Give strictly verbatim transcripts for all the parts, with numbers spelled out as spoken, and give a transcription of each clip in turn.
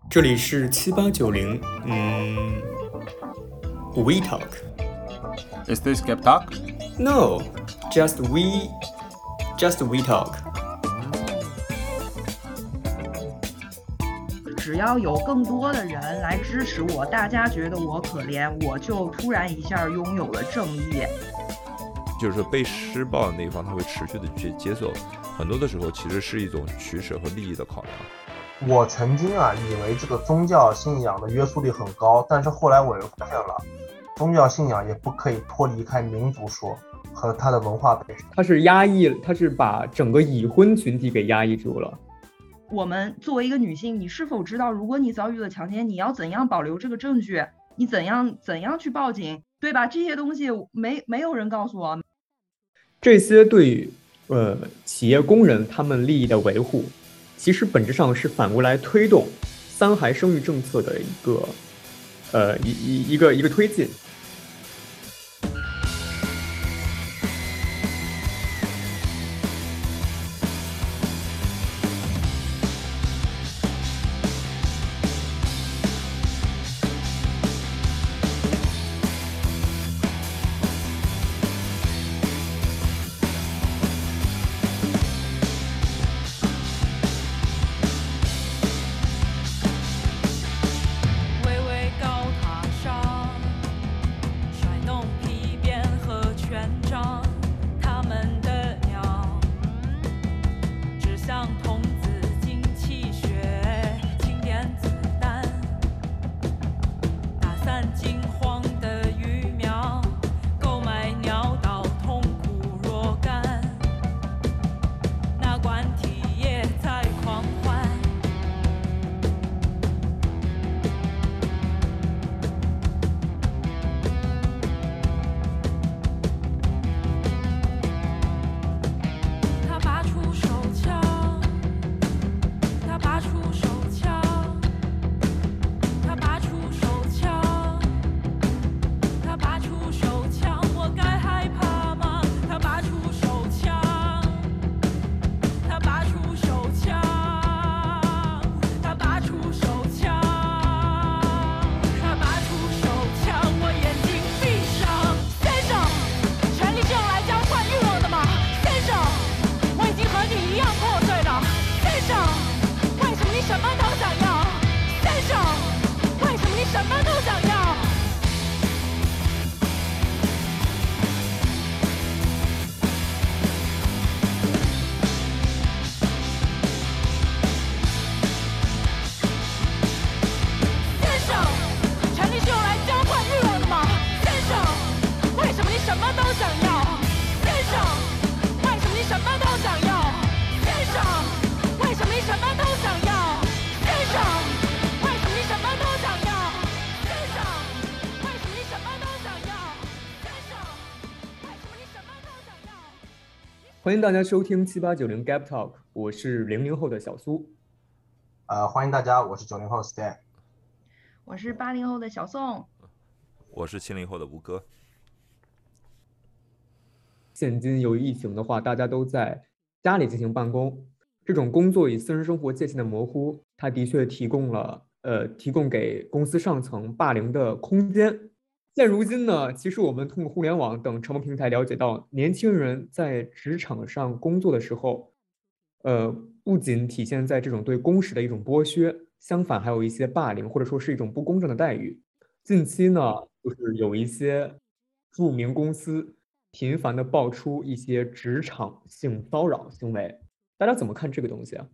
这里是七八九零，嗯，We Talk。 Is this Gap Talk? No, just we, just we talk。 只要有更多的人来支持我，大家觉得我可怜，我就突然一下拥有了正义。 就是被施暴的那一方他会持续的去接受，很多的时候其实是一种取舍和利益的考量。 我曾经啊以为这个宗教信仰的约束力很高，但是后来我又发现了，宗教信仰也不可以脱离开民族说和它的文化背景。 它是压抑，它是把整个已婚群体给压抑住了。 我们作为一个女性，你是否知道，如果你遭遇了强奸，你要怎样保留这个证据？你怎样怎样去报警，对吧？这些东西没没有人告诉我。 这些对呃企业工人他们利益的维护，其实本质上是反过来推动三孩生育政策的一个呃一一一个一个推进。欢迎大家收听七八九零 Gap Talk， 我是零零后的小苏。 呃，欢迎大家，我是九零后 Stan， 我是八零后的小宋， 我是七零后的吴哥。 现今由于疫情的话，大家都在家里进行办公，这种工作与私人生活界限的模糊，它的确提供了呃提供给公司上层霸凌的空间。现如今呢，其实我们通过互联网等传播平台了解到，年轻人在职场上工作的时候，呃，不仅体现在这种对工时的一种剥削，相反还有一些霸凌或者说是一种不公正的待遇。近期呢，就是有一些著名公司频繁的爆出一些职场性骚扰行为，大家怎么看这个东西啊？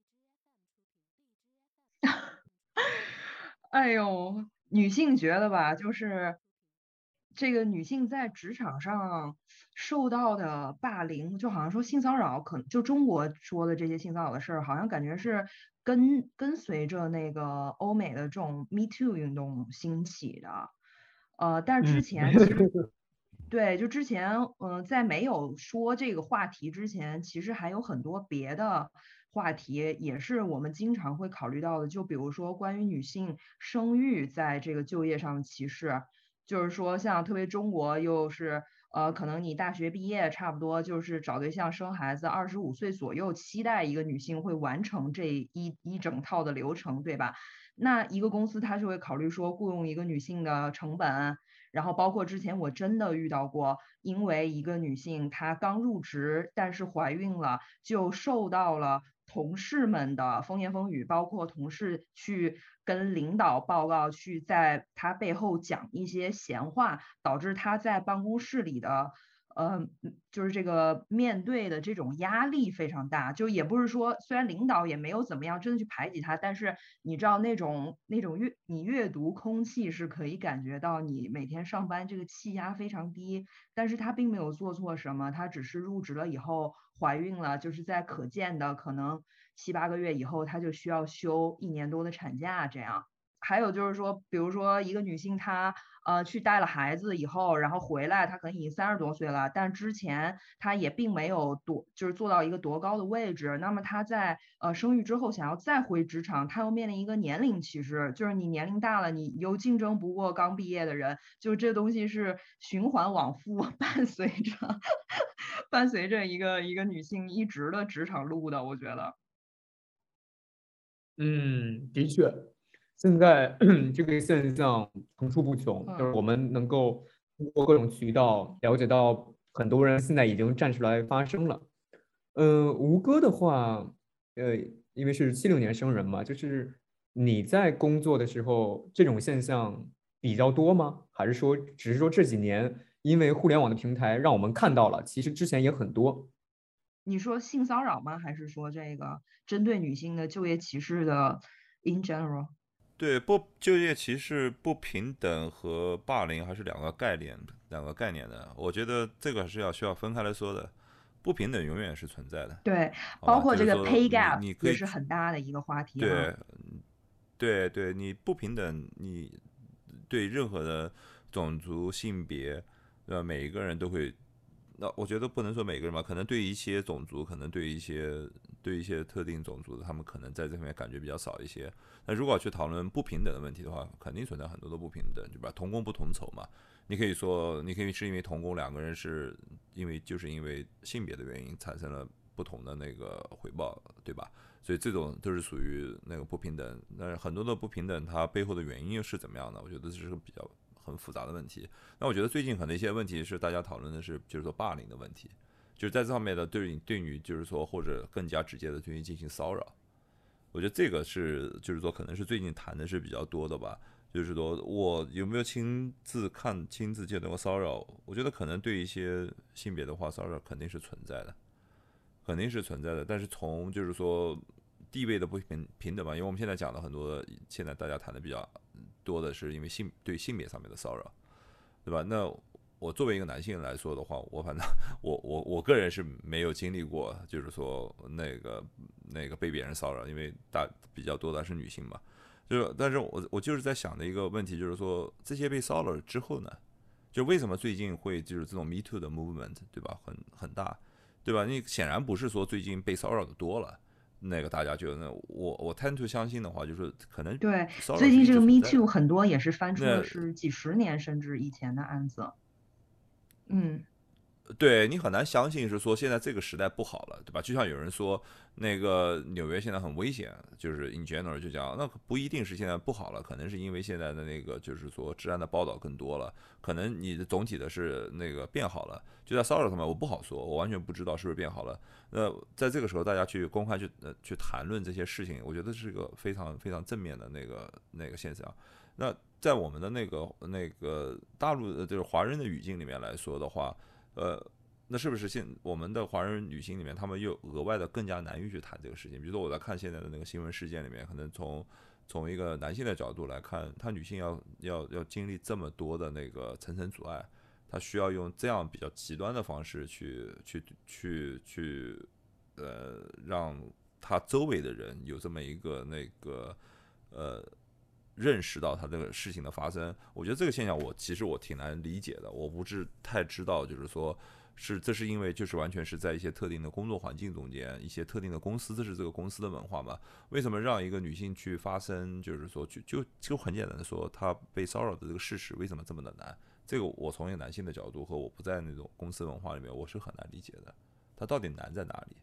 哎呦，女性觉得吧，就是这个女性在职场上受到的霸凌，就好像说性骚扰，可能就中国说的这些性骚扰的事儿，好像感觉是跟跟随着那个欧美的这种 Me Too 运动兴起的。呃，但是之前其实、嗯、对，就之前嗯、呃，在没有说这个话题之前，其实还有很多别的话题也是我们经常会考虑到的，就比如说关于女性生育在这个就业上的歧视。就是说像特别中国又是呃，可能你大学毕业差不多就是找对象生孩子，二十五岁左右期待一个女性会完成这一一整套的流程，对吧？那一个公司它是会考虑说雇佣一个女性的成本，然后包括之前我真的遇到过，因为一个女性她刚入职，但是怀孕了，就受到了同事们的风言风语，包括同事去跟领导报告，去在她背后讲一些闲话，导致她在办公室里的。呃，就是这个面对的这种压力非常大，就也不是说，虽然领导也没有怎么样真的去排挤他，但是你知道那种那种阅你阅读空气是可以感觉到你每天上班这个气压非常低，但是他并没有做错什么，他只是入职了以后怀孕了，就是在可见的可能七八个月以后，他就需要休一年多的产假这样。还有就是说，比如说一个女性她呃去带了孩子以后，然后回来，她可能已经三十多岁了，但之前她也并没有多就是做到一个多高的位置。那么她在呃生育之后想要再回职场，她又面临一个年龄歧视，就是你年龄大了，你又竞争不过刚毕业的人，就这东西是循环往复，伴随着伴随着一个一个女性一直的职场路的，我觉得。 嗯，的确，现在这个现象层出不穷，就是嗯我们能够通过各种渠道了解到，很多人现在已经站出来发声了。呃，吴哥的话，呃，因为是七六年生人嘛，就是你在工作的时候，这种现象比较多吗？还是说，只是说这几年因为互联网的平台让我们看到了，其实之前也很多？ 你说性骚扰吗？还是说这个针对女性的就业歧视的 in general？ 对，不就业歧视、不平等和霸凌还是两个概念，两个概念的。我觉得这个是要需要分开来说的。不平等永远是存在的， 对， 好吧？ 包括这个就是说 pay 你 gap 你可以也是很大的一个话题哈。 对对对，你不平等，你对任何的种族、性别，呃，每一个人都会。那我觉得不能说每个人吧，可能对一些种族，可能对一些对一些特定种族的，他们可能在这方面感觉比较少一些。那如果去讨论不平等的问题的话，肯定存在很多的不平等，对吧？同工不同酬嘛。你可以说，你可以是因为同工两个人是因为就是因为性别的原因产生了不同的那个回报，对吧？所以这种都是属于那个不平等。那很多的不平等，它背后的原因又是怎么样的？我觉得这是个比较很复杂的问题。那我觉得最近可能一些问题是大家讨论的是，就是说霸凌的问题，就是在这方面的对你对你就是说或者更加直接的对你进行骚扰。我觉得这个是就是说可能是最近谈的是比较多的吧。就是说我有没有亲自看、亲自见到过骚扰？我觉得可能对一些性别的话，骚扰肯定是存在的，肯定是存在的。但是从就是说地位的不平平等嘛，因为我们现在讲的很多，现在大家谈的比较多的是因为性对性别上面的骚扰，对吧？那我作为一个男性来说的话，我反正我我我个人是没有经历过，就是说那个那个被别人骚扰，因为大比较多的是女性嘛。就是，但是我我就是在想的一个问题，就是说这些被骚扰之后呢，就为什么最近会就是这种 Me Too 的 movement， 对吧？很很大，对吧？你显然不是说最近被骚扰的多了，那个大家觉得，那我我 tend to 相信的话，就是可能对， 骚扰最近这个 Me 是一直存在 Too 的。 很多也是翻出的那是几十年甚至以前的案子。嗯， 对你很难相信是说现在这个时代不好了，对吧？就像有人说那个纽约现在很危险，就是 in general 就讲那不一定是现在不好了，可能是因为现在的那个就是说治安的报道更多了，可能你的总体的是那个变好了。就在骚扰上面，我不好说，我完全不知道是不是变好了。那在这个时候，大家去公开去呃去谈论这些事情，我觉得是一个非常非常正面的那个那个现象。那在我们的那个那个大陆的就是华人的语境里面来说的话，呃，那是不是现我们的华人女性里面，她们又额外的更加难于去谈这个事情？比如说我在看现在的那个新闻事件里面，可能从从一个男性的角度来看，她女性要要要经历这么多的那个层层阻碍，她需要用这样比较极端的方式去去去去呃，让她周围的人有这么一个那个呃。认识到他这个事情的发生，我觉得这个现象我其实我挺难理解的，我不是太知道，就是说是这是因为就是完全是在一些特定的工作环境中间，一些特定的公司，这是这个公司的文化嘛？为什么让一个女性去发生，就是说就就就很简单的说，她被骚扰的这个事实为什么这么的难？ 这个我从一个男性的角度和我不在那种公司文化里面，我是很难理解的，它到底难在哪里？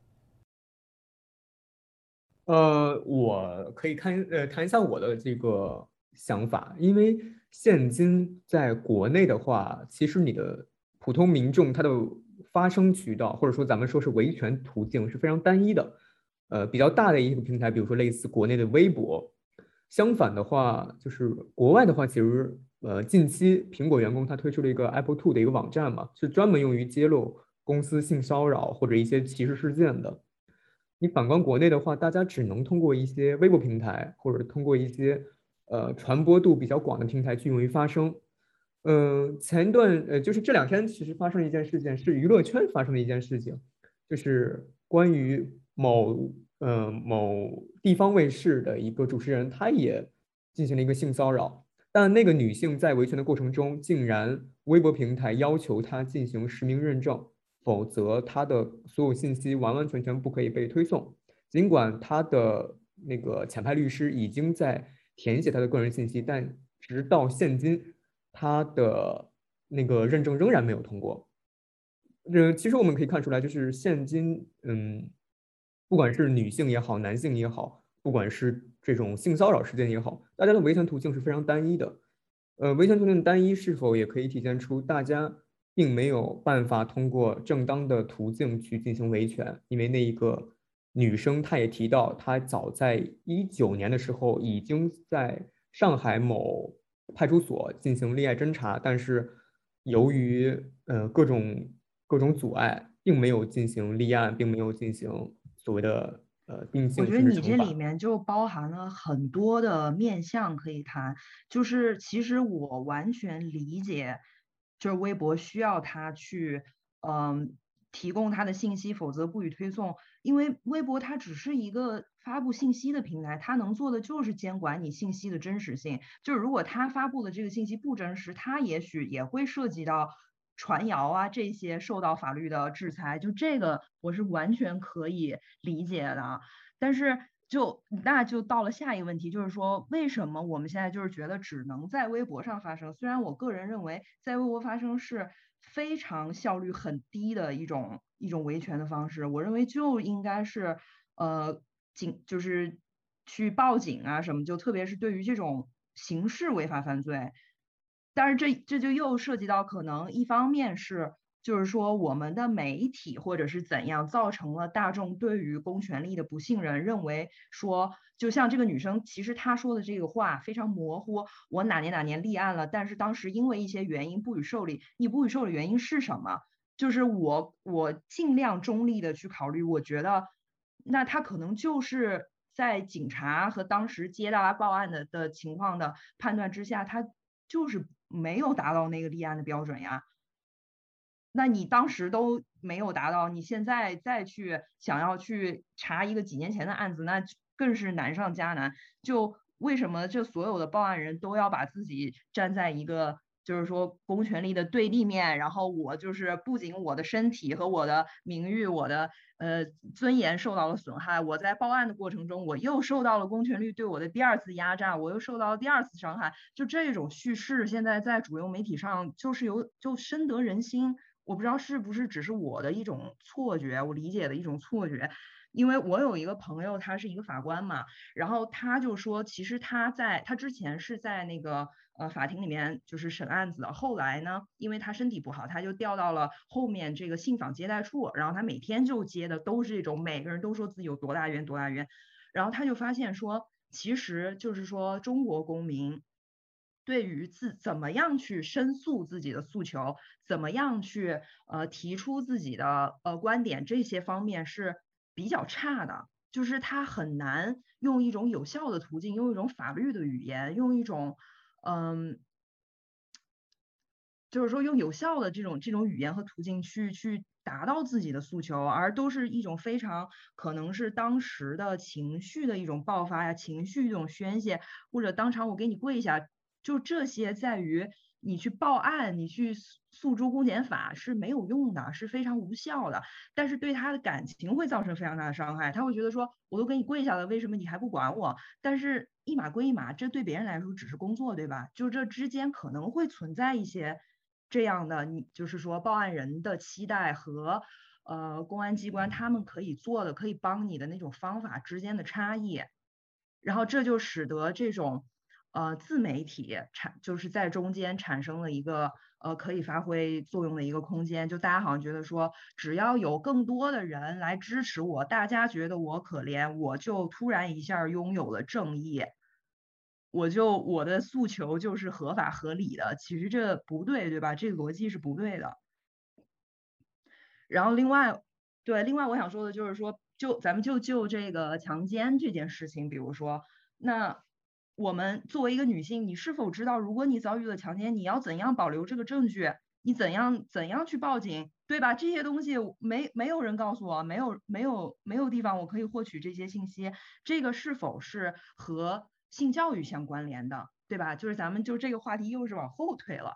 呃，我可以看呃谈一下我的这个想法，因为现今在国内的话，其实你的普通民众他的发声渠道，或者说咱们说是维权途径是非常单一的。呃，比较大的一个平台，比如说类似国内的微博。相反的话，就是国外的话，其实呃近期苹果员工他推出了一个 Apple Two 的一个网站嘛，是专门用于揭露公司性骚扰或者一些歧视事件的。你反观国内的话，大家只能通过一些微博平台，或者通过一些呃传播度比较广的平台去用于发声。嗯、呃，前一段呃就是这两天其实发生了一件事件，是娱乐圈发生的一件事情，就是关于某呃某地方卫视的一个主持人，他也进行了一个性骚扰，但那个女性在维权的过程中，竟然微博平台要求她进行实名认证。否则他的所有信息完完全全不可以被推送。尽管他的那个潜派律师已经在填写他的个人信息，但直到现今，他的那个认证仍然没有通过。呃，其实我们可以看出来，就是现今，嗯，不管是女性也好，男性也好，不管是这种性骚扰事件也好，大家的维权途径是非常单一的。呃，维权途径单一是否也可以体现出大家并没有办法通过正当的途径去进行维权？因为那一个女生她也提到，她早在一九年的时候已经在上海某派出所进行立案侦查，但是由于呃各种各种阻碍，并没有进行立案，并没有进行所谓的呃定我性觉得你这里甚至惩罚。 面就包含了很多的面向可以谈，就是其实我完全理解，就是微博需要他去，嗯，提供他的信息，否则不予推送。因为微博它只是一个发布信息的平台，它能做的就是监管你信息的真实性。就是如果他发布的这个信息不真实，他也许也会涉及到传谣啊这些受到法律的制裁。就这个我是完全可以理解的。但是就那就到了下一个问题，就是说为什么我们现在就是觉得只能在微博上发生？虽然我个人认为在微博发生是非常效率很低的一种一种维权的方式，我认为就应该是呃警就是去报警啊什么，就特别是对于这种刑事违法犯罪。但是这这就又涉及到可能一方面是就是说我们的媒体或者是怎样造成了大众对于公权力的不信任，认为说就像这个女生其实她说的这个话非常模糊，我哪年哪年立案了，但是当时因为一些原因不予受理，你不予受理原因是什么？就是我我尽量中立的去考虑，我觉得那他可能就是在警察和当时接到他报案的的情况的判断之下，他就是没有达到那个立案的标准呀。那你当时都没有达到，你现在再去想要去查一个几年前的案子，那更是难上加难。就为什么这所有的报案人都要把自己站在一个就是说公权力的对立面，然后我就是不仅我的身体和我的名誉、我的呃尊严受到了损害，我在报案的过程中，我又受到了公权力对我的第二次压榨，我又受到了第二次伤害。就这种叙事，现在在主流媒体上就是有就深得人心。我不知道是不是只是我的一种错觉，我理解的一种错觉。因为我有一个朋友，他是一个法官嘛，然后他就说，其实他在他之前是在那个呃法庭里面就是审案子的，后来呢，因为他身体不好，他就调到了后面这个信访接待处，然后他每天就接的都是这种每个人都说自己有多大冤多大冤，然后他就发现说，其实就是说中国公民对于自怎么样去申诉自己的诉求，怎么样去呃提出自己的呃观点，这些方面是比较差的，就是他很难用一种有效的途径，用一种法律的语言，用一种嗯。就是说用有效的这种这种语言和途径去去达到自己的诉求，而都是一种非常可能是当时的情绪的一种爆发呀，情绪一种宣泄，或者当场我给你跪下，就这些在于你去报案，你去诉诸公检法是没有用的，是非常无效的，但是对他的感情会造成非常大的伤害，他会觉得说我都给你跪下了，为什么你还不管我？但是一码归一码，这对别人来说只是工作，对吧？就这之间可能会存在一些这样的，你就是说报案人的期待和呃公安机关他们可以做的、可以帮你的那种方法之间的差异，然后这就使得这种呃自媒体产就是在中间产生了一个呃可以发挥作用的一个空间，就大家好像觉得说，只要有更多的人来支持我，大家觉得我可怜，我就突然一下拥有了正义。我就我的诉求就是合法合理的，其实这不对，对吧？这个逻辑是不对的。然后另外，对，另外我想说的就是说，就咱们就就这个强奸这件事情，比如说，那我们作为一个女性，你是否知道，如果你遭遇了强奸，你要怎样保留这个证据？你怎样怎样去报警，对吧？这些东西没没有人告诉我，没有没有没有地方我可以获取这些信息，这个是否是和性教育相关联的，对吧？就是咱们就这个话题又是往后推了。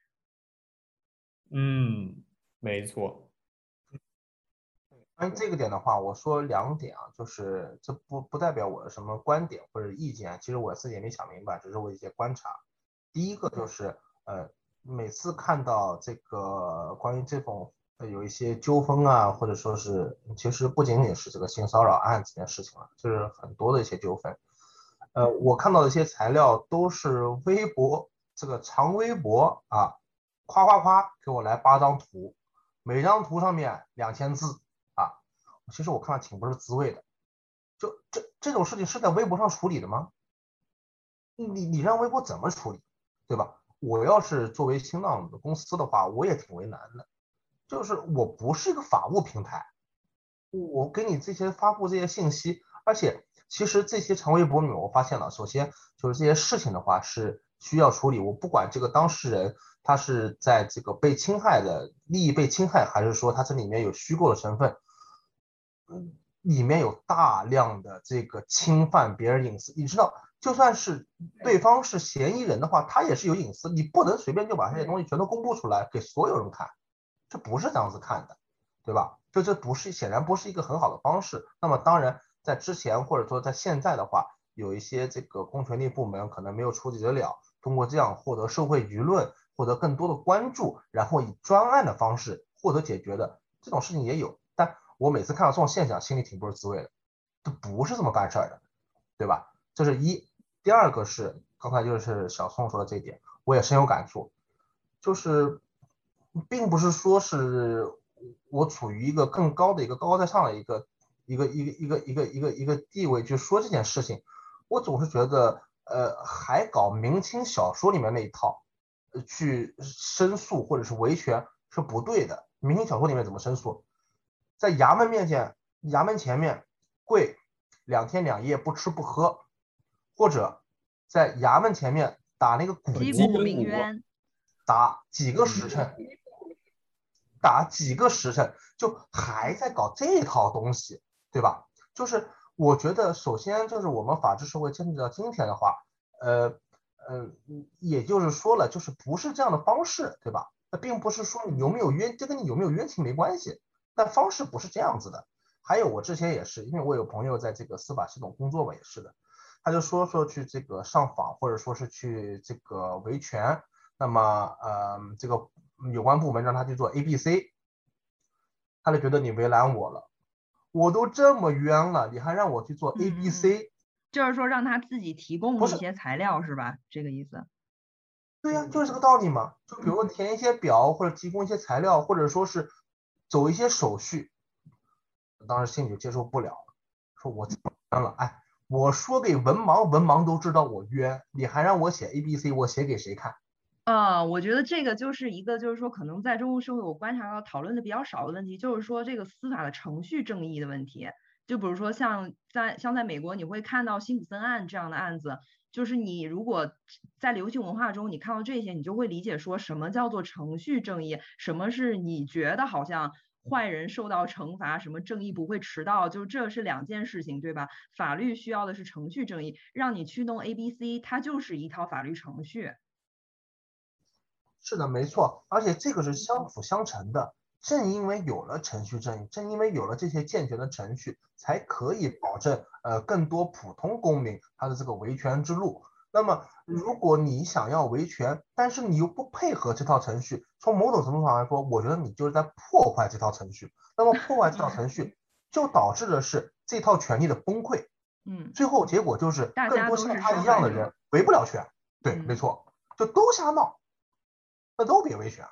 嗯，没错。 关于这个点的话，我说两点啊，就是这不不代表我的什么观点或者意见，其实我自己也没想明白，只是我一些观察。第一个就是呃，每次看到这个关于这种呃有一些纠纷啊，或者说是其实不仅仅是这个性骚扰案这件事情了，就是很多的一些纠纷。呃，我看到的一些材料都是微博这个长微博啊，夸夸夸给我来八张图，每张图上面两千字。其实我看了挺不是滋味的，就这这种事情是在微博上处理的吗？你你让微博怎么处理，对吧？我要是作为新浪的公司的话，我也挺为难的，就是我不是一个法务平台，我给你这些发布这些信息，而且其实这些长微博里面我发现了，首先就是这些事情的话是需要处理，我不管这个当事人他是在这个被侵害的利益被侵害，还是说他这里面有虚构的成分。里面有大量的这个侵犯别人隐私，你知道，就算是对方是嫌疑人的话，他也是有隐私，你不能随便就把这些东西全都公布出来给所有人看，这不是这样子看的，对吧？就这不是显然不是一个很好的方式。那么当然，在之前或者说在现在的话，有一些这个公权力部门可能没有处理得了，通过这样获得社会舆论，获得更多的关注，然后以专案的方式获得解决的这种事情也有，但我每次看到这种现象，心里挺不是滋味的，这不是这么办事的，对吧？这是一。第二个是刚才就是小宋说的这一点，我也深有感触，就是并不是说是我处于一个更高的一个高高在上的一个一个一个一个一个一个一个地位去说这件事情，我总是觉得呃还搞明清小说里面那一套，呃去申诉或者是维权是不对的。明清小说里面怎么申诉？在衙门面前，衙门前面跪两天两夜不吃不喝，或者在衙门前面打那个鼓， 击鼓鸣冤， 打几个时辰，打几个时辰，就还在搞这套东西，对吧？就是我觉得，首先就是我们法治社会坚持到今天的话，呃呃，也就是说了，就是不是这样的方式，对吧？那并不是说你有没有冤，这跟你有没有冤情没关系。但方式不是这样子的。还有我之前也是，因为我有朋友在这个司法系统工作嘛，也是的，他就说说去这个上访，或者说是去这个维权，那么呃这个有关部门让他去做 A B C， 他就觉得你为难我了，我都这么冤了，你还让我去做 A B C，、嗯、 就是说让他自己提供一些材料是吧？这个意思。 对呀、啊，就是这个道理嘛。就比如说填一些表，或者提供一些材料，或者说是走一些手续，当时心里就接受不了了，说我怎么冤了？哎，我说给文盲，文盲都知道我冤，你还让我写 A B C， 我写给谁看？ 啊、呃，我觉得这个就是一个，就是说可能在中国社会我观察到讨论的比较少的问题，就是说这个司法的程序正义的问题。就比如说像在像在美国，你会看到辛普森案这样的案子，就是你如果在流行文化中你看到这些，你就会理解说什么叫做程序正义，什么是你觉得好像坏人受到惩罚，什么正义不会迟到，就这是两件事情，对吧？法律需要的是程序正义，让你去弄 A B C， 它就是一套法律程序。 是的，没错，而且这个是相辅相成的。正因为有了程序正义，正因为有了这些健全的程序，才可以保证呃更多普通公民他的这个维权之路。 那么如果你想要维权，但是你又不配合这套程序，从某种程度上来说，我觉得你就是在破坏这套程序。那么破坏这套程序，就导致的是这套权利的崩溃。 嗯， 最后结果就是更多像他一样的人维不了权。对， 嗯、 没错，就都瞎闹，那都别维权，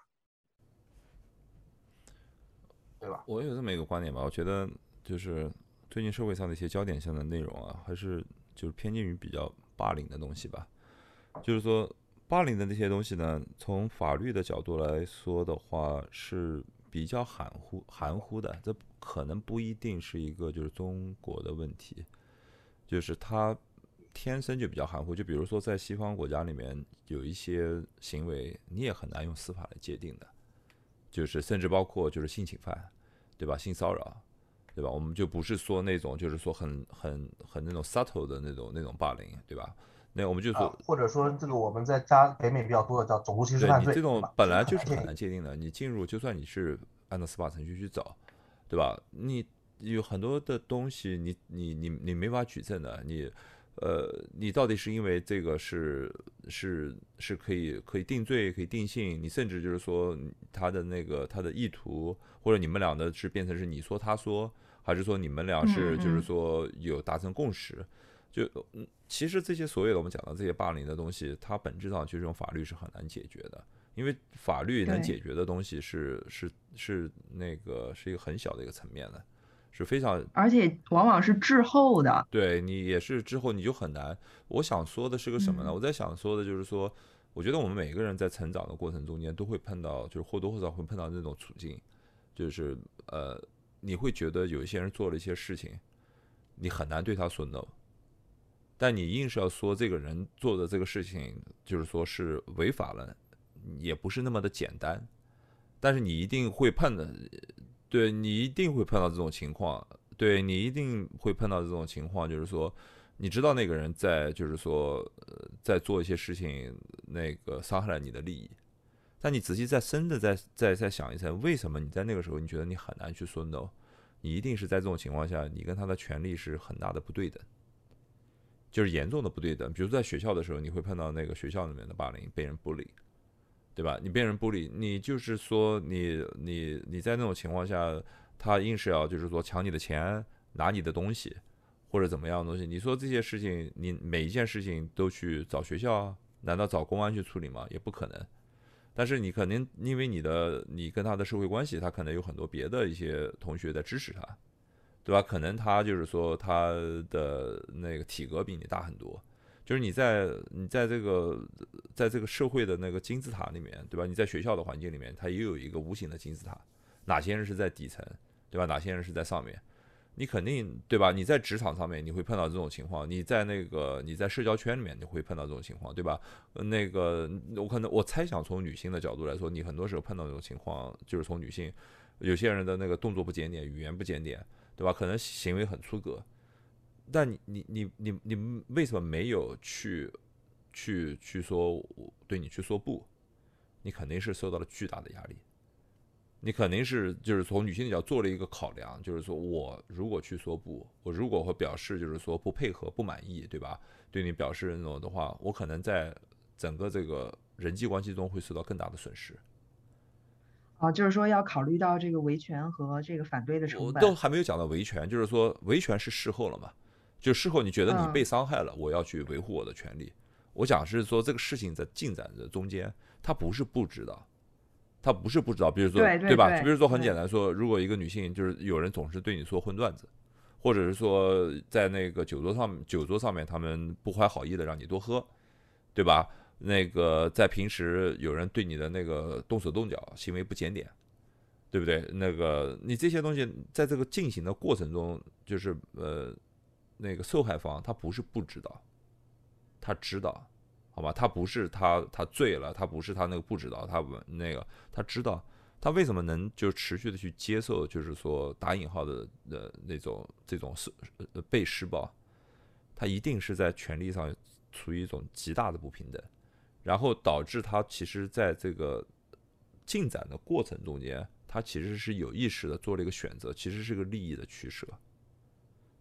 对吧？ 我有这么一个观点吧，我觉得就是最近社会上的一些焦点性的内容啊，还是就是偏近于比较霸凌的东西吧。就是说霸凌的那些东西呢，从法律的角度来说的话是比较含糊含糊的，这可能不一定是一个就是中国的问题，就是它天生就比较含糊。就比如说在西方国家里面有一些行为你也很难用司法来界定的，就是甚至包括就是性侵犯，对吧？性骚扰，对吧？我们就不是说那种就是说很很很那种 subtle 的那种那种霸凌，对吧？那我们就说、 啊，或者说这个我们在加北美比较多的叫种族歧视犯罪， 对你这种本来就是很难界定的。你进入，就算你是按照司法程序去找，对吧？你有很多的东西你，你你你你没法举证的。你呃，你到底是因为这个是是是可以可以定罪，可以定性，你甚至就是说他的那个他的意图，或者你们俩的是变成是你说他说，还是说你们俩是就是说有达成共识？就其实这些所有的我们讲的这些霸凌的东西，它本质上就是用法律是很难解决的，因为法律能解决的东西是是是那个是一个很小的一个层面的，是非常， 而且往往是滞后的。 对你也是之后你就很难。我想说的是个什么呢？ 嗯、 我在想说的就是说，我觉得我们每个人在成长的过程中间都会碰到，就是或多或少会碰到这种处境，就是呃，你会觉得有一些人做了一些事情，你很难对他说 no。但你硬是要说这个人做的这个事情就是说是违法了，也不是那么的简单。但是你一定会碰的，对你一定会碰到这种情况，对你一定会碰到这种情况，就是说你知道那个人在就是说呃在做一些事情，那个伤害了你的利益，但你仔细再深的再再再想一层，为什么你在那个时候你觉得你很难去说 no？ 你一定是在这种情况下，你跟他的权利是很大的不对等。就是严重的不对等，比如在学校的时候，你会碰到那个学校里面的霸凌，被人 bully， 对吧？你被人 bully， 你就是说你你你在那种情况下，他硬是要就是说抢你的钱，拿你的东西，或者怎么样的东西。你说这些事情，你每一件事情都去找学校啊？难道找公安去处理吗？也不可能。但是你可能因为你的你跟他的社会关系，他可能有很多别的一些同学在支持他。对吧？可能他就是说他的那个体格比你大很多，就是你在你在这个在这个社会的那个金字塔里面，对吧？你在学校的环境里面，它也有一个无形的金字塔，哪些人是在底层，对吧？哪些人是在上面？你肯定对吧？你在职场上面你会碰到这种情况，你在那个你在社交圈里面你会碰到这种情况，对吧？那个我可能我猜想从女性的角度来说，你很多时候碰到这种情况，就是从女性有些人的那个动作不检点，语言不检点。对吧？可能行为很出格，但你你你你你为什么没有去去去说对你去说不？你肯定是受到了巨大的压力，你肯定是就是从女性角做了一个考量，就是说我如果去说不，我如果会表示就是说不配合、不满意，对吧？对你表示那种的话，我可能在整个这个人际关系中会受到更大的损失。 哦，就是说要考虑到这个维权和这个反对的成我本。 都还没有讲到维权，就是说维权是事后了嘛？就事后你觉得你被伤害了，嗯、我要去维护我的权利。我讲是说这个事情在进展的中间，他不是不知道，他不是不知道。比如说， 对对对吧？就比如说很简单说，如果一个女性就是有人总是对你说荤段子，或者是说在那个酒桌上酒桌上面他们不怀好意的让你多喝，对吧？那个在平时有人对你的那个动手动脚，行为不检点，对不对？那个你这些东西在这个进行的过程中，就是呃，那个受害方他不是不知道，他知道，好吧？他不是他他醉了，他不是他那个不知道，他那个他知道，他为什么能就持续的去接受，就是说打引号的呃那种这种是呃被施暴，他一定是在权利上处于一种极大的不平等。然后导致他其实在这个进展的过程中间，他其实是有意识的做了一个选择，其实是个利益的取舍。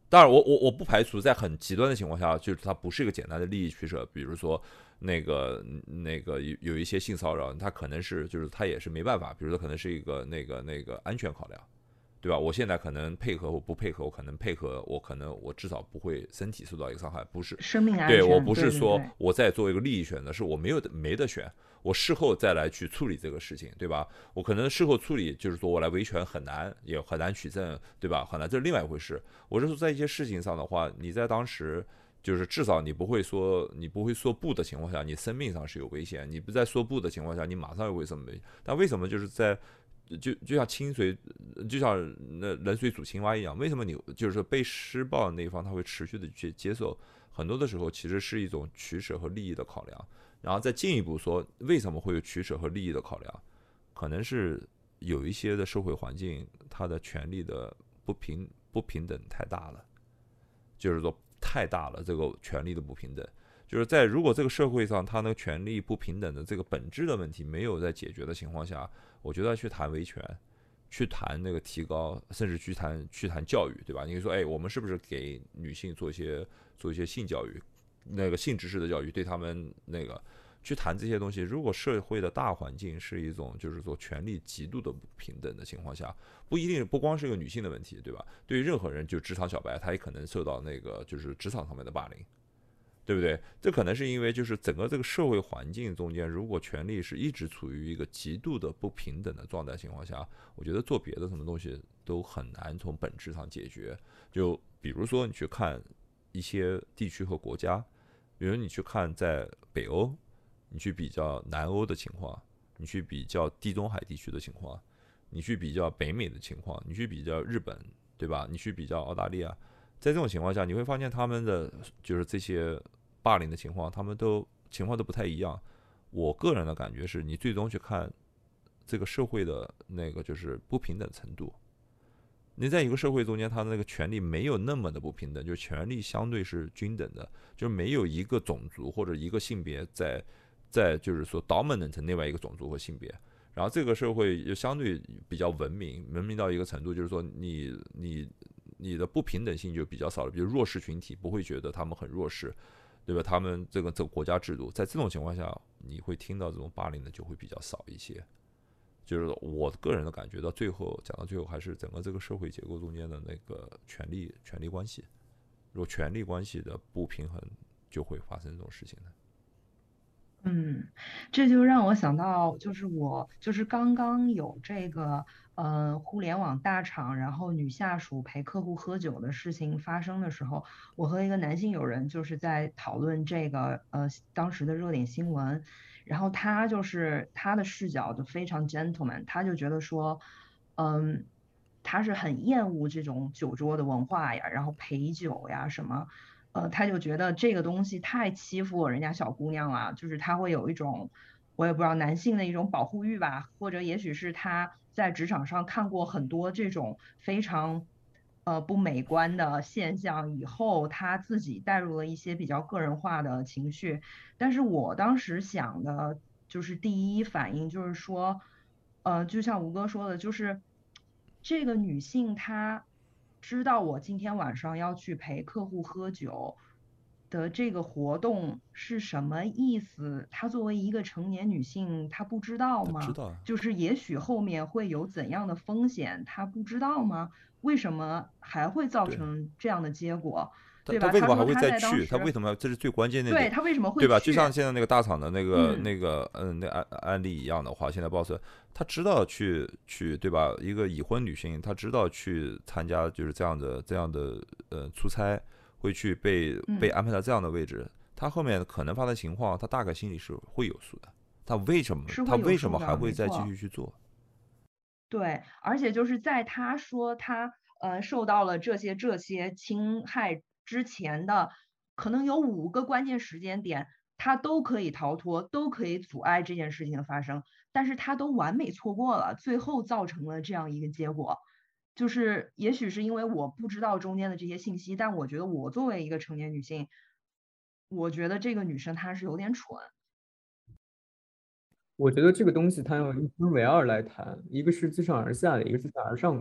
当然我，我我不排除在很极端的情况下，就是它不是一个简单的利益取舍，比如说那个那个有有一些性骚扰，它可能是就是它也是没办法，比如说可能是一个那个那个安全考量，对吧？我现在可能配合，我不配合，我可能配合，我可能我至少不会身体受到一个伤害，不是生命安全。 对我不是说对对对我在做一个利益选择，是我没有没得选，我事后再来去处理这个事情，对吧？我可能事后处理，就是说我来维权很难，也很难取证，对吧？很难，这是另外一回事。我是说在一些事情上的话，你在当时。就是至少你不会说你不会说不的情况下，你生命上是有危险。你不在说不的情况下，你马上又会什么危险？但为什么就是在就就像清水，就像那冷水煮青蛙一样？为什么你就是说被施暴的那一方他会持续的去接受？很多的时候其实是一种取舍和利益的考量。然后再进一步说，为什么会有取舍和利益的考量？可能是有一些的社会环境，它的权利的不平不平等太大了，就是说。太大了，这个权利的不平等，就是在如果这个社会上他那个权利不平等的这个本质的问题没有在解决的情况下，我觉得去谈维权，去谈那个提高，甚至去谈去谈教育，对吧？你可以说，哎，我们是不是给女性做一些做一些性教育，那个性知识的教育，对他们那个去谈这些东西？如果社会的大环境是一种就是说权力极度的不平等的情况下，不一定不光是一个女性的问题，对吧？对于任何人，就职场小白，他也可能受到那个就是职场上面的霸凌，对不对？这可能是因为就是整个这个社会环境中间，如果权力是一直处于一个极度的不平等的状态情况下，我觉得做别的什么东西都很难从本质上解决。就比如说你去看一些地区和国家，比如你去看在北欧，你去比较南欧的情况，你去比较地中海地区的情况，你去比较北美的情况，你去比较日本，对吧？你去比较澳大利亚，在这种情况下，你会发现他们的就是这些霸凌的情况，他们都情况都不太一样。我个人的感觉是，你最终去看这个社会的那个就是不平等程度。你在一个社会中间，他的那个权利没有那么的不平等，就是权利相对是均等的，就是没有一个种族或者一个性别在在就是说 dominant 成另外一个种族和性别。然后这个社会又相对比较文明，文明到一个程度，就是说你你你的不平等性就比较少了，比如弱势群体不会觉得他们很弱势，对吧？他们这个这个国家制度，在这种情况下，你会听到这种霸凌的就会比较少一些。就是我个人的感觉，到最后讲到最后，还是整个这个社会结构中间的那个权力权力关系，如果权力关系的不平衡，就会发生这种事情的。 嗯，这就让我想到，就是我就是刚刚有这个呃互联网大厂，然后女下属陪客户喝酒的事情发生的时候，我和一个男性友人就是在讨论这个呃当时的热点新闻，然后他就是他的视角就非常 gentleman，他就觉得说，嗯，他是很厌恶这种酒桌的文化呀，然后陪酒呀什么。呃，他就觉得这个东西太欺负人家小姑娘了，就是他会有一种，我也不知道男性的一种保护欲吧，或者也许是他在职场上看过很多这种非常呃不美观的现象以后，他自己带入了一些比较个人化的情绪。但是我当时想的就是第一反应就是说，呃，就像吴哥说的，就是这个女性她知道我今天晚上要去陪客户喝酒的这个活动是什么意思？她作为一个成年女性，她不知道吗？ 他知道啊， 就是也许后面会有怎样的风险，她不知道吗？为什么还会造对。 成这样的结果？ 他对吧？ 他为什么还会她说她再去？他在当时， 为什么这是最关键的点， 对，她为什么会对吧？就像去？ 现在那个大厂的那个嗯。 那个嗯那案案例一样的话，现在 boss 他知道去去对吧？一个已婚女性，她知道去参加就是这样的这样的呃出差，会去被被嗯， 安排到这样的位置，她后面可能发生情况，她大概心里是会有数的。她为什么是会有她为什么数的， 还会再继没错。 续去做？ 对，而且就是在他说他呃受到了这些这些侵害之前的，可能有五个关键时间点，他都可以逃脱，都可以阻碍这件事情的发生，但是他都完美错过了，最后造成了这样一个结果。就是也许是因为我不知道中间的这些信息，但我觉得我作为一个成年女性，我觉得这个女生她是有点蠢。 我觉得这个东西它要一分为二来谈，一个是自上而下的，一个是自下而上的。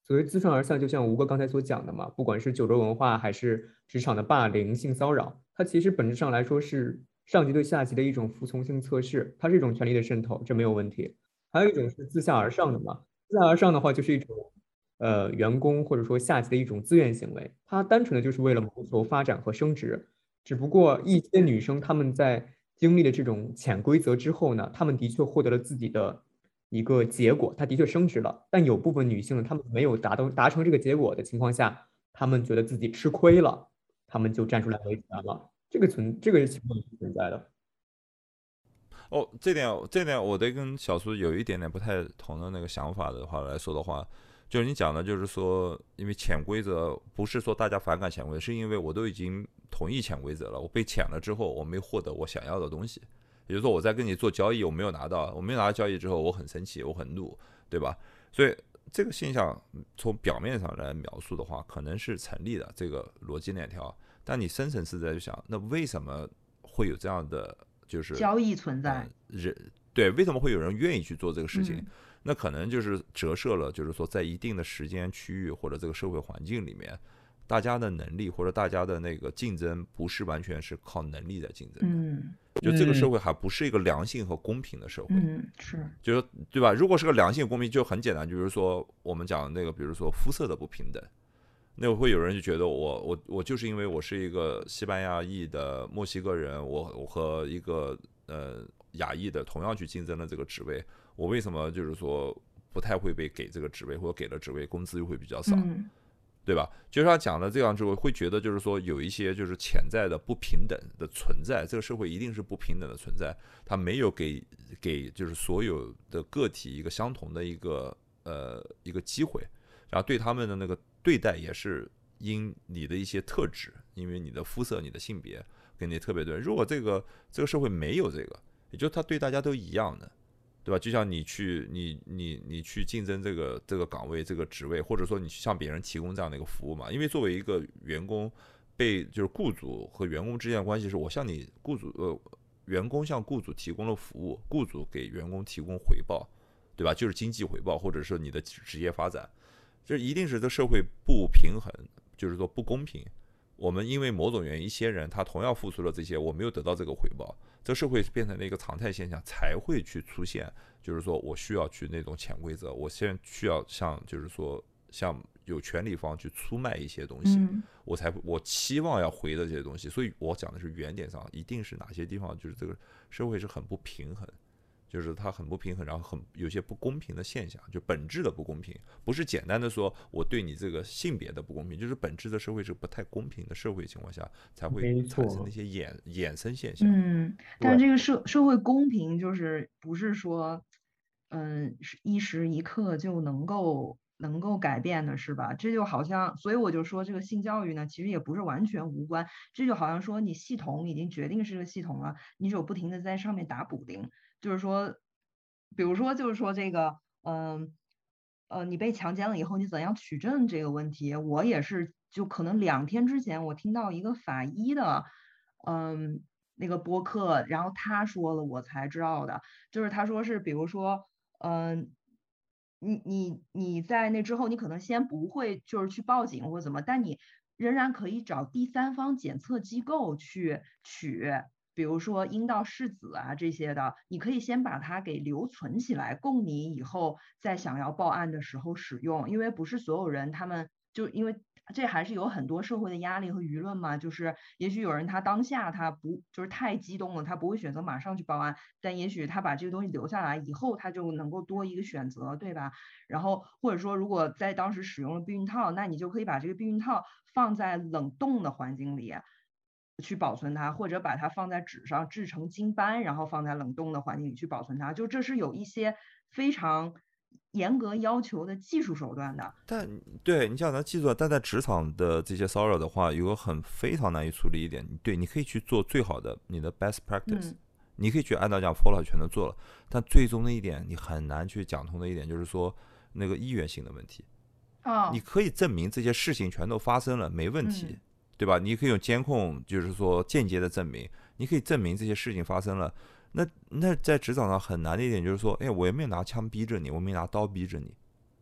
所谓自上而下，就像吴哥刚才所讲的嘛，不管是酒桌文化还是职场的霸凌、性骚扰，它其实本质上来说是上级对下级的一种服从性测试，它是一种权力的渗透，这没有问题。还有一种是自下而上的嘛，自下而上的话就是一种呃员工或者说下级的一种自愿行为，它单纯的就是为了谋求发展和升职。只不过一些女生她们在经历了这种潜规则之后呢，她们的确获得了自己的一个结果，她的确升职了。但有部分女性呢，她们没有达到达成这个结果的情况下，她们觉得自己吃亏了，她们就站出来维权了。这个存这个情况是存在的。 哦，这点这点我得跟小苏有一点点不太同的那个想法的话来说的话，就是你讲的，就是说，因为潜规则不是说大家反感潜规则，是因为我都已经同意潜规则了，我被潜了之后，我没获得我想要的东西，也就是说我在跟你做交易，我没有拿到，我没有拿到交易之后，我很生气，我很怒，对吧？所以这个现象从表面上来描述的话，可能是成立的这个逻辑链条，但你深层次在想，那为什么会有这样的？就是交易存在， 呃、人对，为什么会有人愿意去做这个事情？ 嗯、 那可能就是折射了，就是说在一定的时间区域或者这个社会环境里面，大家的能力或者大家的那个竞争不是完全是靠能力在竞争的。 嗯， 就这个社会还不是一个良性和公平的社会。 嗯，是， 就是对吧？如果是个良性公平，就很简单，就比如说我们讲那个，比如说肤色的不平等。那会有人就觉得我我我就是因为我是一个西班牙裔的墨西哥人，我我和一个呃亚裔的同样去竞争了这个职位，我为什么就是说不太会被给这个职位，或者给了职位工资又会比较少， 嗯、 对吧？就是他讲的这样之后，会觉得就是说有一些就是潜在的不平等的存在，这个社会一定是不平等的存在，他没有给给就是所有的个体一个相同的一个呃一个机会，然后对他们的那个对待也是因你的一些特质，因为你的肤色、你的性别跟你特别对。如果这个这个社会没有这个，也就是他对大家都一样的，对吧？就像你去你你你去竞争这个这个岗位、这个职位，或者说你去向别人提供这样的一个服务嘛。因为作为一个员工，被就是雇主和员工之间的关系是我向你雇主呃员工向雇主提供了服务，雇主给员工提供回报，对吧？就是经济回报，或者说你的职业发展。这一定是这社会不平衡，就是说不公平。我们因为某种原因，一些人他同样付出了这些，我没有得到这个回报，这社会变成了一个常态现象，才会去出现，就是说我需要去那种潜规则，我现在需要向就是说向有权利方去出卖一些东西， 嗯、 我才我期望要回的这些东西。所以我讲的是原点上，一定是哪些地方就是这个社会是很不平衡。就是它很不平衡，然后很有些不公平的现象，就本质的不公平，不是简单的说我对你这个性别的不公平，就是本质的社会是不太公平的社会情况下才会产生那些衍衍生现象。 嗯，但是这个社社会公平就是不是说，嗯，一时一刻就能够能够改变的，是吧？这就好像，所以我就说这个性教育呢，其实也不是完全无关，这就好像说你系统已经决定是个系统了，你只有不停的在上面打补丁。就是说，比如说，就是说这个，嗯，呃，你被强奸了以后，你怎样取证这个问题，我也是，就可能两天之前，我听到一个法医的，嗯，那个播客，然后他说了，我才知道的，就是他说是，比如说，嗯，你你你在那之后，你可能先不会就是去报警或怎么，但你仍然可以找第三方检测机构去取。比如说阴道拭子啊这些的，你可以先把它给留存起来，供你以后在想要报案的时候使用。因为不是所有人他们就因为这还是有很多社会的压力和舆论嘛，就是也许有人他当下他不就是太激动了，他不会选择马上去报案，但也许他把这个东西留下来以后，他就能够多一个选择，对吧？然后或者说如果在当时使用了避孕套，那你就可以把这个避孕套放在冷冻的环境里去保存它，或者把它放在纸上制成经斑，然后放在冷冻的环境里去保存它，就这是有一些非常严格要求的技术手段的。 但对你讲的技术，但在职场的这些骚扰的话，有个很非常难以处理一点，对，你可以去做最好的你的 best practice，、嗯、你可以去按照这样 follow 全都做了，但最终的一点你很难去讲通的一点就是说那个意愿性的问题。 哦， 你可以证明这些事情全都发生了，没问题。嗯，对吧？你可以用监控，就是说间接的证明，你可以证明这些事情发生了。那那在职场上很难的一点就是说，哎，我也没有拿枪逼着你，我没拿刀逼着你，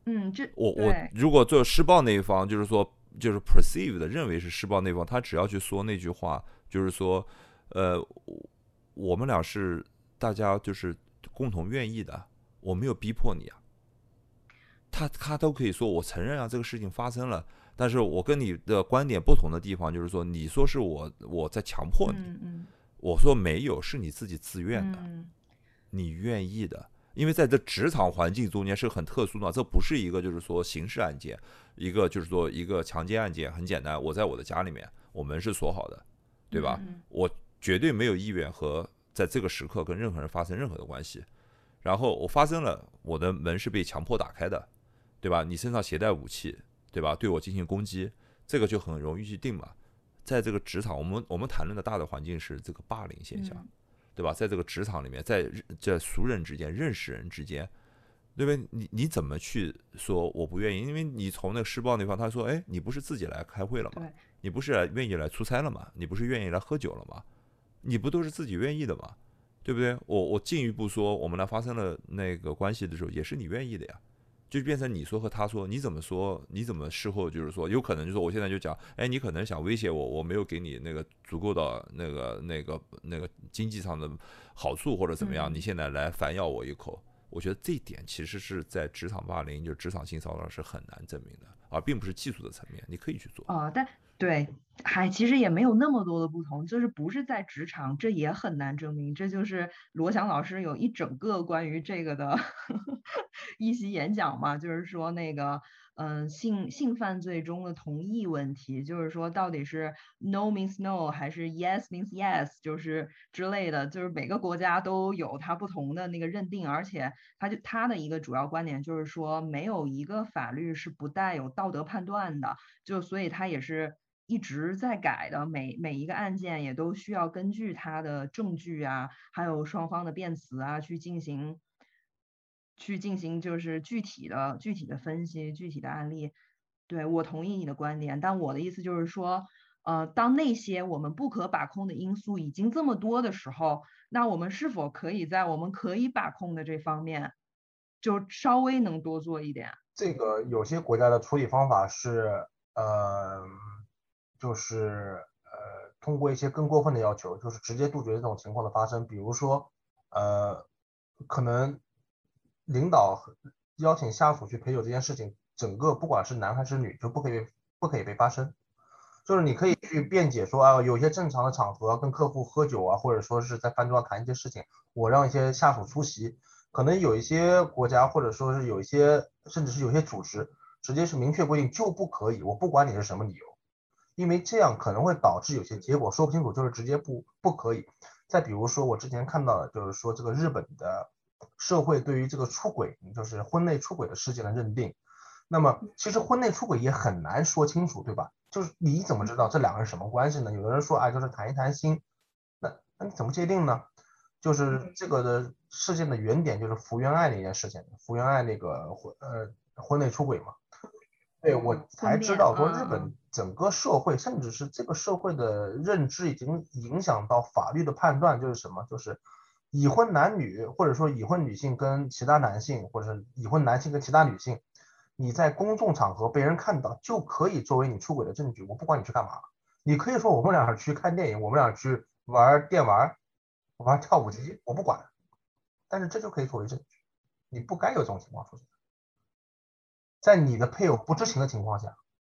嗯，这我我对， 如果做施暴那一方，就是说就是 perceive 的认为是施暴那一方，他只要去说那句话，就是说，呃，我们俩是大家就是共同愿意的，我没有逼迫你啊。他他都可以说，我承认啊，这个事情发生了，但是我跟你的观点不同的地方，就是说，你说是我我在强迫你， 嗯嗯我说没有，是你自己自愿的， 嗯你愿意的。因为在这职场环境中间是很特殊的，这不是一个就是说刑事案件，一个就是说一个强奸案件，很简单，我在我的家里面，我门是锁好的，对吧？ 嗯我绝对没有意愿和在这个时刻跟任何人发生任何的关系。然后我发生了，我的门是被强迫打开的，对吧？你身上携带武器，对吧？对我进行攻击，这个就很容易去定嘛。在这个职场，我们我们谈论的大的环境是这个霸凌现象。 嗯对吧？在这个职场里面，在在熟人之间、认识人之间，对不对？你你怎么去说我不愿意？因为你从那个施暴那方，他说，哎，你不是自己来开会了吗？ 对， 你不是来愿意来出差了吗？你不是愿意来喝酒了吗？你不都是自己愿意的吗？对不对？我我进一步说，我们俩发生了那个关系的时候，也是你愿意的呀。就变成你说和他说，你怎么说？你怎么事后就是说，有可能就是说，我现在就讲，哎，你可能想威胁我，我没有给你那个足够的那个那个那个经济上的好处或者怎么样， 嗯你现在来反咬我一口，我觉得这一点其实是在职场霸凌，就是职场性骚扰是很难证明的，而并不是技术的层面，你可以去做。 啊，但对，还其实也没有那么多的不同，就是不是在职场，这也很难证明。这就是罗翔老师有一整个关于这个的一席演讲嘛，就是说那个，嗯，性性犯罪中的同意问题，就是说到底是 no means no 还是 yes means yes，就是之类的，就是每个国家都有它不同的那个认定，而且他就他的一个主要观点就是说，没有一个法律是不带有道德判断的。就所以他也是一直在改的，每每一个案件也都需要根据他的证据啊，还有双方的辩词啊，去进行去进行就是具体的具体的分析，具体的案例。对，我同意你的观点，但我的意思就是说，呃，当那些我们不可把控的因素已经这么多的时候，那我们是否可以在我们可以把控的这方面，就稍微能多做一点？ 这个有些国家的处理方法是，呃，就是呃，通过一些更过分的要求，就是直接杜绝这种情况的发生。比如说，呃，可能领导邀请下属去陪酒这件事情，整个不管是男还是女，就不可以不可以被发生。就是你可以去辩解说，啊，有些正常的场合跟客户喝酒啊，或者说是在饭桌上谈一些事情，我让一些下属出席。可能有一些国家，或者说是有一些，甚至是有些组织，直接是明确规定就不可以，我不管你是什么理由，因为这样可能会导致有些结果说不清楚，就是直接不不可以。再比如说，我之前看到的，就是说这个日本的社会对于这个出轨，就是婚内出轨的事件的认定。那么其实婚内出轨也很难说清楚，对吧？就是你怎么知道这两个人什么关系呢？有的人说，哎，就是谈一谈心，那那你怎么界定呢？就是这个的事件的原点就是福原爱那件事情，福原爱那个婚呃婚内出轨嘛。对，我才知道说日本整个社会，甚至是这个社会的认知已经影响到法律的判断，就是什么？就是已婚男女，或者说已婚女性跟其他男性，或者是已婚男性跟其他女性，你在公众场合被人看到，就可以作为你出轨的证据。我不管你去干嘛，你可以说我们俩去看电影，我们俩去玩电玩，玩跳舞机，我不管，但是这就可以作为证据。你不该有这种情况出现，在你的配偶不知情的情况下。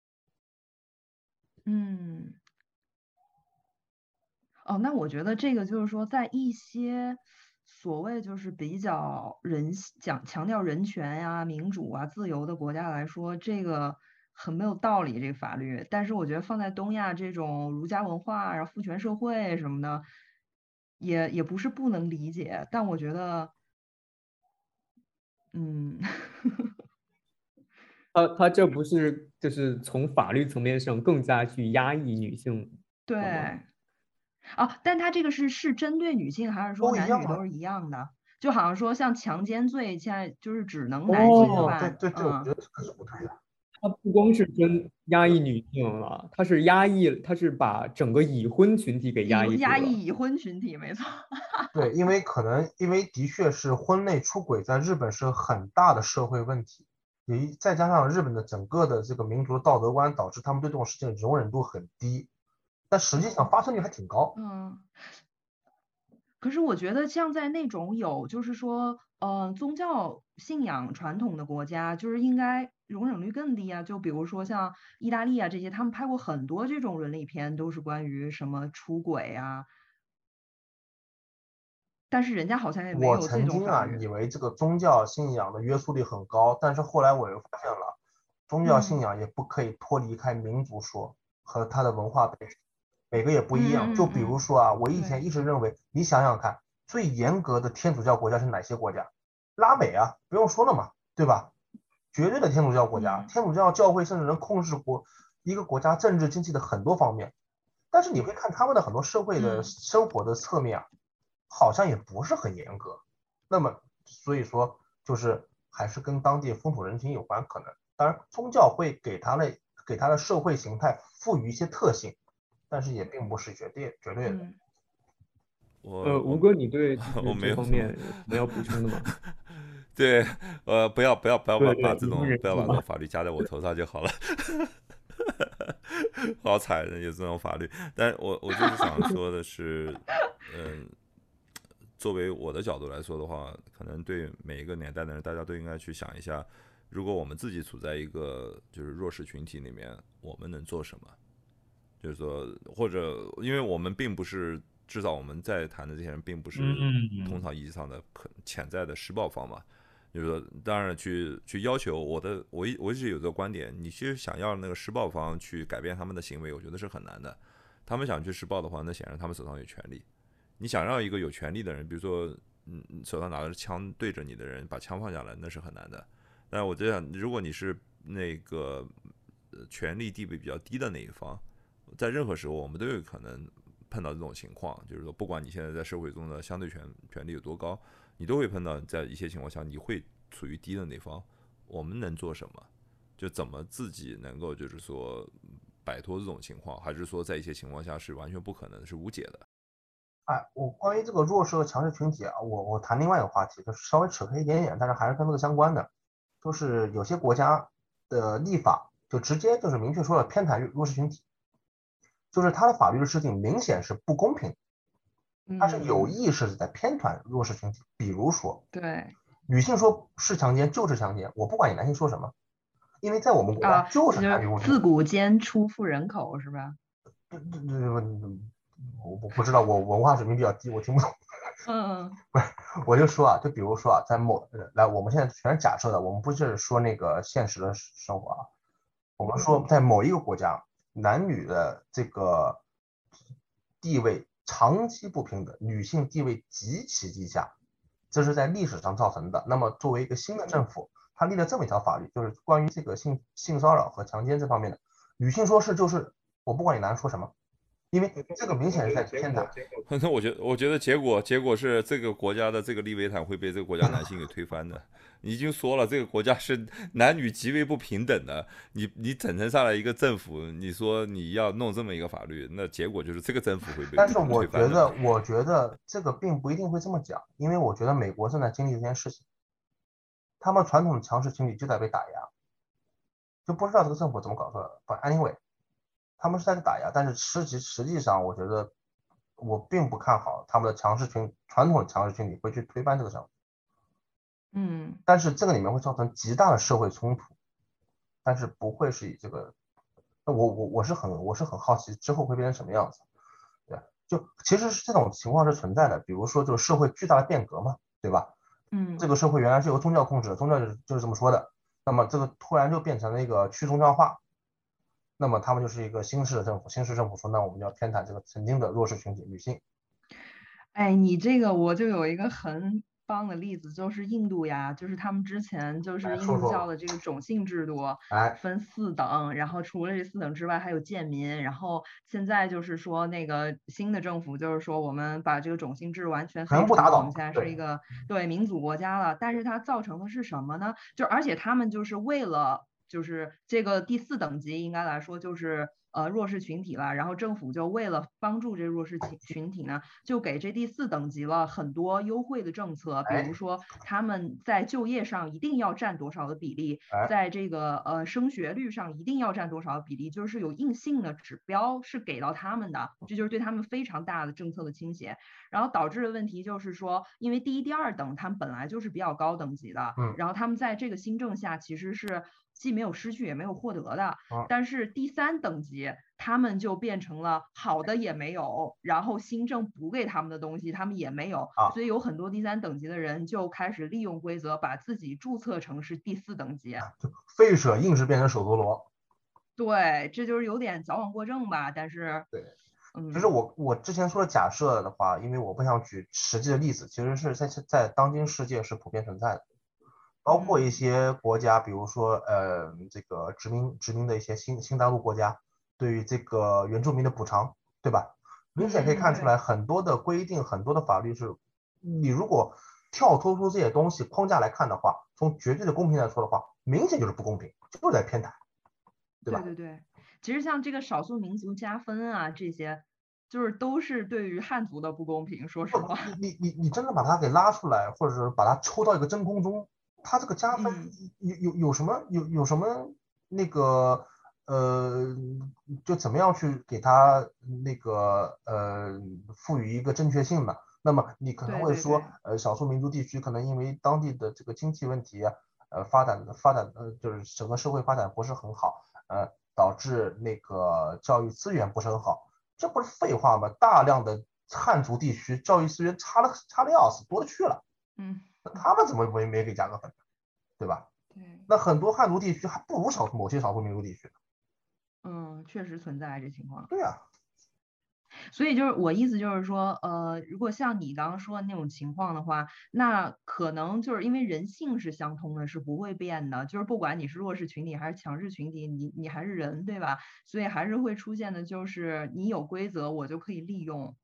嗯，哦，那我觉得这个就是说，在一些所谓就是比较人讲强调人权呀、民主啊、自由的国家来说，这个很没有道理，这个法律。但是我觉得放在东亚这种儒家文化，然后父权社会什么的，也也不是不能理解。但我觉得，嗯， 他他这不是就是从法律层面上更加去压抑女性对。 了吗？ 啊，但他这个是是针对女性，还是说男女都是一样的？就好像说像强奸罪，现在就是只能男性哦， 犯。 对对对，我嗯， 觉得这个是不对的。 他不光是真压抑女性了，他是压抑，他是把整个已婚群体给压抑已住了。 压抑已婚群体，没错。 对，因为可能因为的确是婚内出轨在日本是很大的社会问题， 有一再加上日本的整个的这个民族的道德观，导致他们对这种事情的容忍度很低，但实际上发生率还挺高。 嗯，可是我觉得像在那种有就是说，呃，宗教信仰传统的国家，就是应该容忍率更低啊。就比如说像意大利啊这些，他们拍过很多这种伦理片，都是关于什么出轨啊，但是人家好像也没我有这曾经啊种法律。 以为这个宗教信仰的约束力很高，但是后来我又发现了，宗教信嗯仰也不可以脱离开民族说和它的文化背景，每个也不嗯一样。就嗯比如嗯， 说啊，我以对， 前一直认为，你想想看，最严格的天主教国家是哪些国家？拉美啊，不用说了嘛，对吧？绝对的天主教国家， 嗯天主教教会甚至能控制国一个国家政治经济的很多方面。但是你会看他们的很多社会的嗯生活的侧面啊，好像也不是很严格。那么所以说，就是还是跟当地风土人情有关，可能。当然，宗教会给他的给他的社会形态赋予一些特性，但是也并不是绝对绝对的。 嗯。 呃， 我我吴哥，你对就我是这方没有什么， 面有什么要补充的吗？ 对，呃，不要不要不要把对对， 把这你是人种不要把这种物嘛。 法律加在我头上就好了，好惨有这种法律。但我我就是想说的是，嗯，作为我的角度来说的话，可能对每一个年代的人，大家都应该去想一下，如果我们自己处在一个就是弱势群体里面，我们能做什么？就是说，或者因为我们并不是，至少我们在谈的这些人，并不是通常意义上的可潜在的施暴方嘛。就是说，当然去去要求我的，我一我一直有这个观点，你其实想要那个施暴方去改变他们的行为，我觉得是很难的。他们想去施暴的话，那显然他们手上有权利。你想让一个有权利的人，比如说，嗯，手上拿着枪对着你的人把枪放下来，那是很难的。但是我这样，如果你是那个权力地位比较低的那一方，在任何时候我们都有可能碰到这种情况，就是说，不管你现在在社会中的相对权权力有多高，你都会碰到，在一些情况下你会处于低的那方。我们能做什么？就怎么自己能够就是说摆脱这种情况，还是说在一些情况下是完全不可能，是无解的？ 哎，我关于这个弱势和强势群体啊，我我谈另外一个话题，就是稍微扯开一点点，但是还是跟这个相关的，就是有些国家的立法就直接就是明确说了偏袒弱势群体，就是它的法律的制定明显是不公平，它是有嗯， 意识的在偏袒弱势群体。比如说， 对女性说是强奸就是强奸，我不管你男性说什么，因为在我们国家啊， 就是就男女共性。 自古奸出妇人口是吧？ 这这这我我不知道，我文化水平比较低，我听不懂。 嗯不是，我就说啊，就比如说啊，在某来，我们现在全是假设的，我们不是说那个现实的生活啊，我们说在某一个国家，男女的这个地位长期不平等，女性地位极其低下，这是在历史上造成的。那么作为一个新的政府，他立了这么一条法律，就是关于这个性性骚扰和强奸这方面的，女性说是就是，我不管你男人说什么，因为这个明显是在偏袒。 那我觉得，我觉得结果结果是这个国家的这个利维坦会被这个国家男性给推翻的。你已经说了，这个国家是男女极为不平等的，你你整成上来一个政府，你说你要弄这么一个法律，那结果就是这个政府会被但是我推翻的。 觉得，我觉得这个并不一定会这么讲，因为我觉得美国正在经历这件事情，他们传统的强势群体就在被打压，就不知道这个政府怎么搞出来的。But anyway，他们是在打压，但是实际实际上，我觉得我并不看好他们的强势群传统的强势群体会去推翻这个政府， 嗯但是这个里面会造成极大的社会冲突，但是不会是以这个，我我我是很我是很好奇之后会变成什么样子。对，就其实是这种情况是存在的，比如说就是社会巨大的变革嘛，对吧？ 嗯这个社会原来是由宗教控制的，宗教就是就是这么说的，那么这个突然就变成了一个去宗教化，那么他们就是一个新式的政府，新式政府说，那我们要偏袒这个曾经的弱势群体女性。 哎，你这个我就有一个很棒的例子，就是印度呀，就是他们之前就是印哎说说吧度教的这个种姓制度哎， 分四等，然后除了这四等之外还有贱民，然后现在就是说那个新的政府就是说我们把这个种姓制完全废除了，我全部打倒们现在是一对个对民主国家了，但是它造成的是什么呢？就而且他们就是为了就是这个第四等级应该来说就是呃弱势群体了，然后政府就为了帮助这弱势群群体呢，就给这第四等级了很多优惠的政策，比如说他们在就业上一定要占多少的比例，在这个呃升学率上一定要占多少的比例，就是有硬性的指标是给到他们的，这就是对他们非常大的政策的倾斜。然后导致的问题就是说，因为第一、第二等他们本来就是比较高等级的， 嗯， 然后他们在这个新政下其实是既没有失去也没有获得的， 嗯， 但是第三等级他们就变成了好的也没有，然后新政补给他们的东西他们也没有， 啊， 所以有很多第三等级的人就开始利用规则把自己注册成是第四等级， 废舍硬是变成手陀螺。 对，这就是有点矫枉过正吧，但是对。 嗯， 其实我我之前说的假设的话，因为我不想举实际的例子，其实是在在当今世界是普遍存在的，包括一些国家，比如说呃这个殖民殖民的一些新新大陆国家，对于这个原住民的补偿，对吧？明显可以看出来，很多的规定，很多的法律是，你如果跳脱出这些东西框架来看的话，从绝对的公平来说的话，明显就是不公平，就是在偏袒，对吧？ 对对对。其实像这个少数民族加分啊，这些就是都是对于汉族的不公平。说实话， 你你你你真的把它给拉出来，或者是把它抽到一个真空中，它这个加分有有有什么有有什么那个呃，就怎么样去给它那个呃赋予一个正确性呢？那么你可能会说， 对对对呃，少数民族地区可能因为当地的这个经济问题啊，呃，发展发展呃，就是整个社会发展不是很好，呃。导致那个教育资源不是很好，这不是废话吗？大量的汉族地区教育资源差的差的要死，多了去了。 嗯， 那他们怎么没没给加个分，对吧？ 对。 那很多汉族地区还不如少某些少数民族地区。 嗯，确实存在这情况。 对啊。 所以就是我意思就是说，呃，如果像你刚刚说的那种情况的话，那可能就是因为人性是相通的，是不会变的。就是不管你是弱势群体还是强势群体，你你还是人，对吧？所以还是会出现的，就是你有规则，我就可以利用。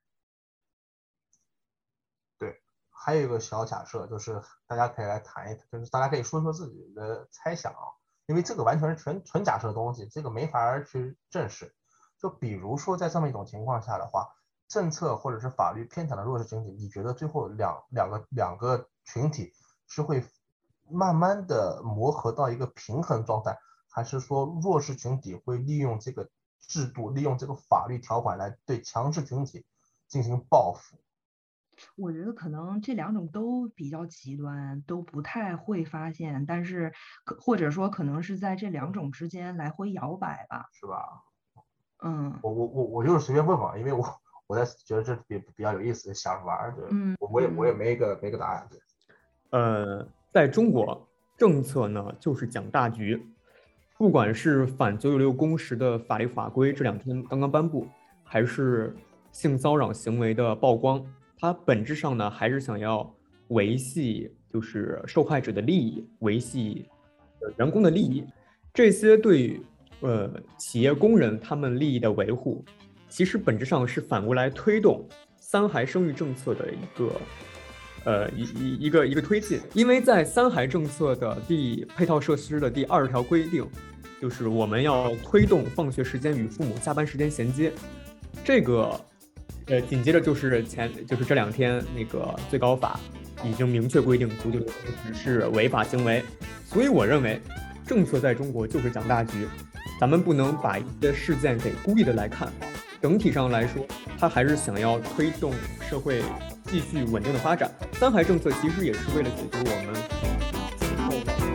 对，还有一个小假设，就是大家可以来谈一谈，就是大家可以说说自己的猜想啊，因为这个完全是纯纯假设的东西，这个没法去证实。就比如说在这么一种情况下的话，政策或者是法律偏袒的弱势群体，你觉得最后两两个两个群体是会慢慢的磨合到一个平衡状态，还是说弱势群体会利用这个制度，利用这个法律条款来对强势群体进行报复？ 我觉得可能这两种都比较极端，都不太会发现，但是可或者说可能是在这两种之间来回摇摆吧， 是吧？ 嗯， 我我我我就是随便问问，因为我我在觉得这比比较有意思，想着玩，对， 嗯， 我我也我也没一个没个答案。对， 呃，在中国政策呢就是讲大局，不管是反九九六工时的法律法规这两天刚刚颁布，还是性骚扰行为的曝光，它本质上呢还是想要维系就是受害者的利益，维系员工的利益，这些对呃企业工人他们利益的维护，其实本质上是反过来推动三孩生育政策的一个呃一一一个一个推进。因为在三孩政策的第配套设施的第二十条规定，就是我们要推动放学时间与父母下班时间衔接。这个呃紧接着就是前就是这两天那个最高法已经明确规定九九六工时是违法行为，所以我认为政策在中国就是讲大局，咱们不能把一些事件给孤立的来看，整体上来说，它还是想要推动社会继续稳定的发展。三孩政策其实也是为了解决我们今后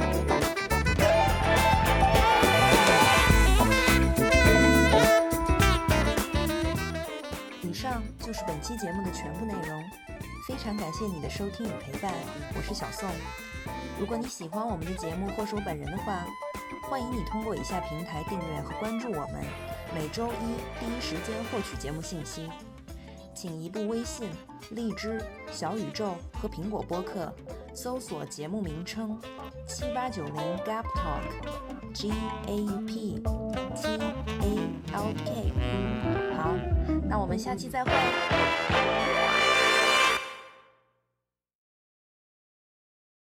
以上就是本期节目的全部内容，非常感谢你的收听与陪伴，我是小宋。如果你喜欢我们的节目或是我本人的话，欢迎你通过以下平台订阅和关注我们，每周一第一时间获取节目信息。请移步微信、荔枝、小宇宙和苹果播客，搜索节目名称七八九零 Gap Talk G A U P T A L K。好，那我们下期再会。